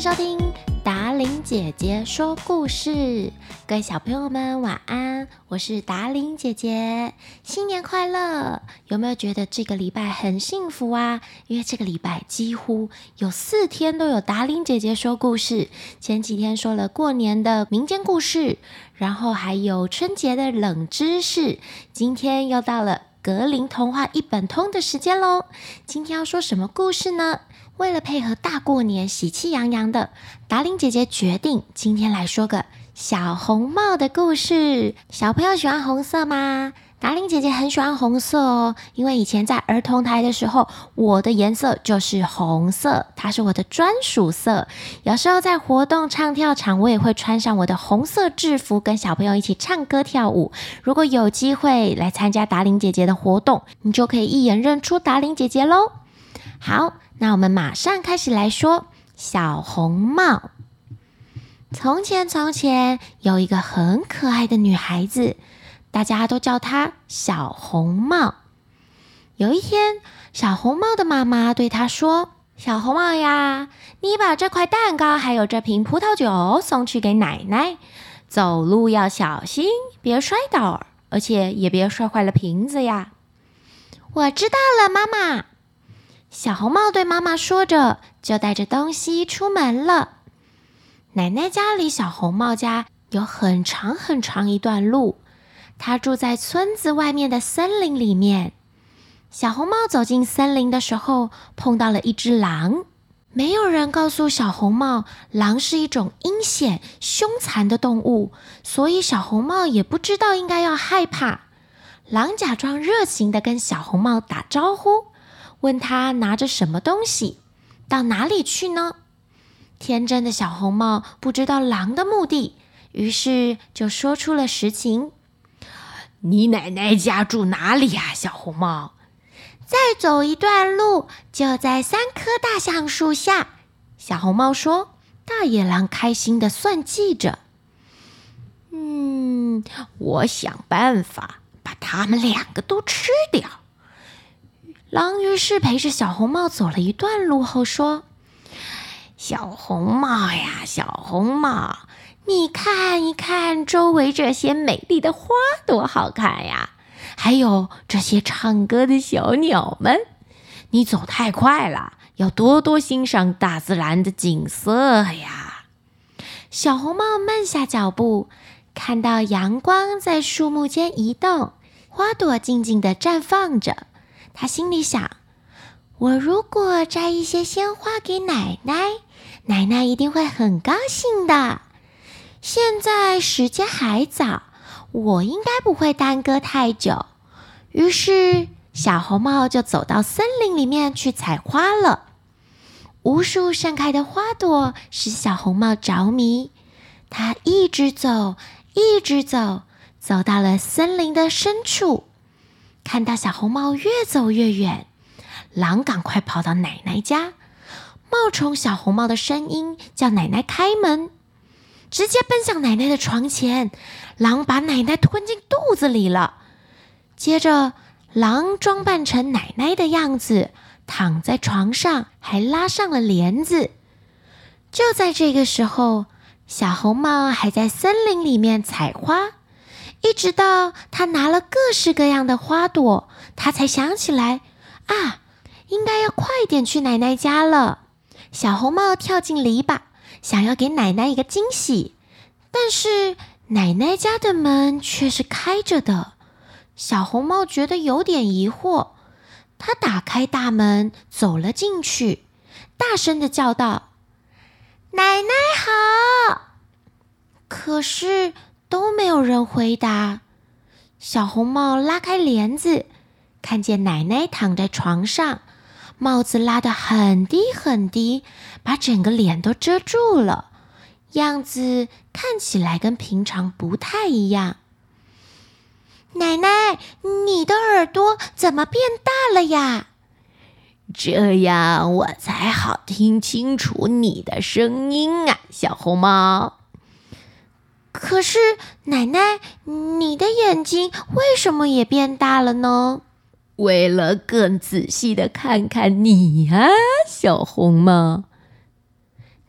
收听达伶姐姐说故事。各位小朋友们晚安，我是达伶姐姐，新年快乐！有没有觉得这个礼拜很幸福啊？因为这个礼拜几乎有4天都有达伶姐姐说故事。前几天说了过年的民间故事，然后还有春节的冷知识，今天又到了格林童话一本通的时间咯。今天要说什么故事呢？为了配合大过年喜气洋洋的，达伶姐姐决定今天来说个小红帽的故事。小朋友喜欢红色吗？达伶姐姐很喜欢红色哦，因为以前在儿童台的时候，我的颜色就是红色，它是我的专属色。有时候在活动唱跳场，我也会穿上我的红色制服，跟小朋友一起唱歌跳舞。如果有机会来参加达伶姐姐的活动，你就可以一眼认出达伶姐姐咯。好，那我们马上开始来说小红帽。从前有一个很可爱的女孩子，大家都叫她小红帽。有一天，小红帽的妈妈对她说：小红帽呀，你把这块蛋糕还有这瓶葡萄酒送去给奶奶，走路要小心，别摔倒，而且也别摔坏了瓶子呀。我知道了，妈妈。小红帽对妈妈说着，就带着东西出门了。奶奶家离小红帽家有很长很长一段路，她住在村子外面的森林里面。小红帽走进森林的时候，碰到了一只狼。没有人告诉小红帽，狼是一种阴险凶残的动物，所以小红帽也不知道应该要害怕。狼假装热情地跟小红帽打招呼，问他拿着什么东西，到哪里去呢？天真的小红帽不知道狼的目的，于是就说出了实情。你奶奶家住哪里呀，小红帽？再走一段路，就在3棵大橡树下。小红帽说。大野狼开心地算计着。我想办法把他们2个都吃掉。狼于是陪着小红帽走了一段路后说：小红帽呀，小红帽，你看一看周围这些美丽的花多好看呀，还有这些唱歌的小鸟们。你走太快了，要多多欣赏大自然的景色呀。小红帽慢下脚步，看到阳光在树木间移动，花朵静静地绽放着。他心里想，我如果摘一些鲜花给奶奶，奶奶一定会很高兴的。现在时间还早，我应该不会耽搁太久。于是小红帽就走到森林里面去采花了。无数盛开的花朵使小红帽着迷，她一直走，一直走，走到了森林的深处。看到小红帽越走越远，狼赶快跑到奶奶家，冒充小红帽的声音叫奶奶开门，直接奔向奶奶的床前。狼把奶奶吞进肚子里了。接着狼装扮成奶奶的样子，躺在床上，还拉上了帘子。就在这个时候，小红帽还在森林里面采花，一直到他拿了各式各样的花朵，他才想起来应该要快点去奶奶家了。小红帽跳进篱笆，想要给奶奶一个惊喜，但是奶奶家的门却是开着的。小红帽觉得有点疑惑，他打开大门走了进去，大声地叫道：奶奶好！可是都没有人回答。小红帽拉开帘子，看见奶奶躺在床上，帽子拉得很低很低，把整个脸都遮住了，样子看起来跟平常不太一样。奶奶，你的耳朵怎么变大了呀？这样我才好听清楚你的声音啊，小红帽。可是奶奶，你的眼睛为什么也变大了呢？为了更仔细的看看你啊，小红帽。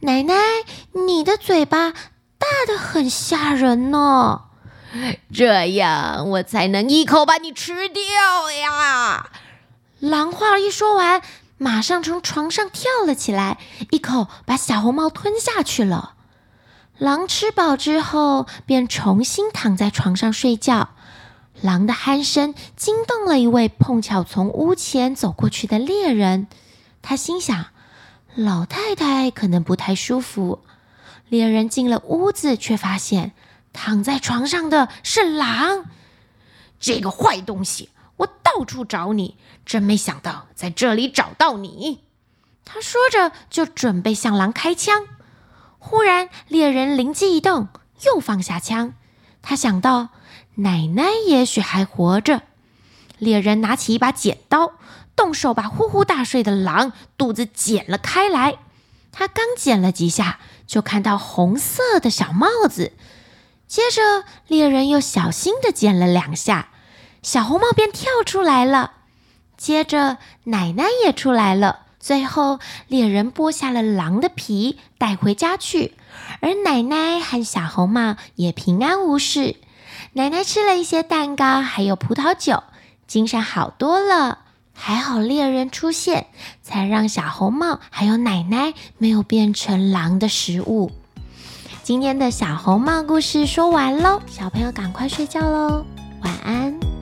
奶奶，你的嘴巴大得很吓人呢。 这样我才能一口把你吃掉呀！ 狼话一说完，马上从床上跳了起来，一口把小红帽吞下去了。狼吃饱之后，便重新躺在床上睡觉。狼的鼾声惊动了一位碰巧从屋前走过去的猎人，他心想，老太太可能不太舒服。猎人进了屋子，却发现躺在床上的是狼。 这个坏东西，我到处找你，真没想到在这里找到你。 他说着就准备向狼开枪。忽然猎人灵机一动，又放下枪。他想到奶奶也许还活着。猎人拿起一把剪刀，动手把呼呼大睡的狼肚子剪了开来。他刚剪了几下，就看到红色的小帽子。接着猎人又小心地剪了2下，小红帽便跳出来了。接着奶奶也出来了。最后猎人剥下了狼的皮带回家去，而奶奶和小红帽也平安无事。奶奶吃了一些蛋糕还有葡萄酒，精神好多了。还好猎人出现，才让小红帽还有奶奶没有变成狼的食物。今天的小红帽故事说完咯，小朋友赶快睡觉咯，晚安。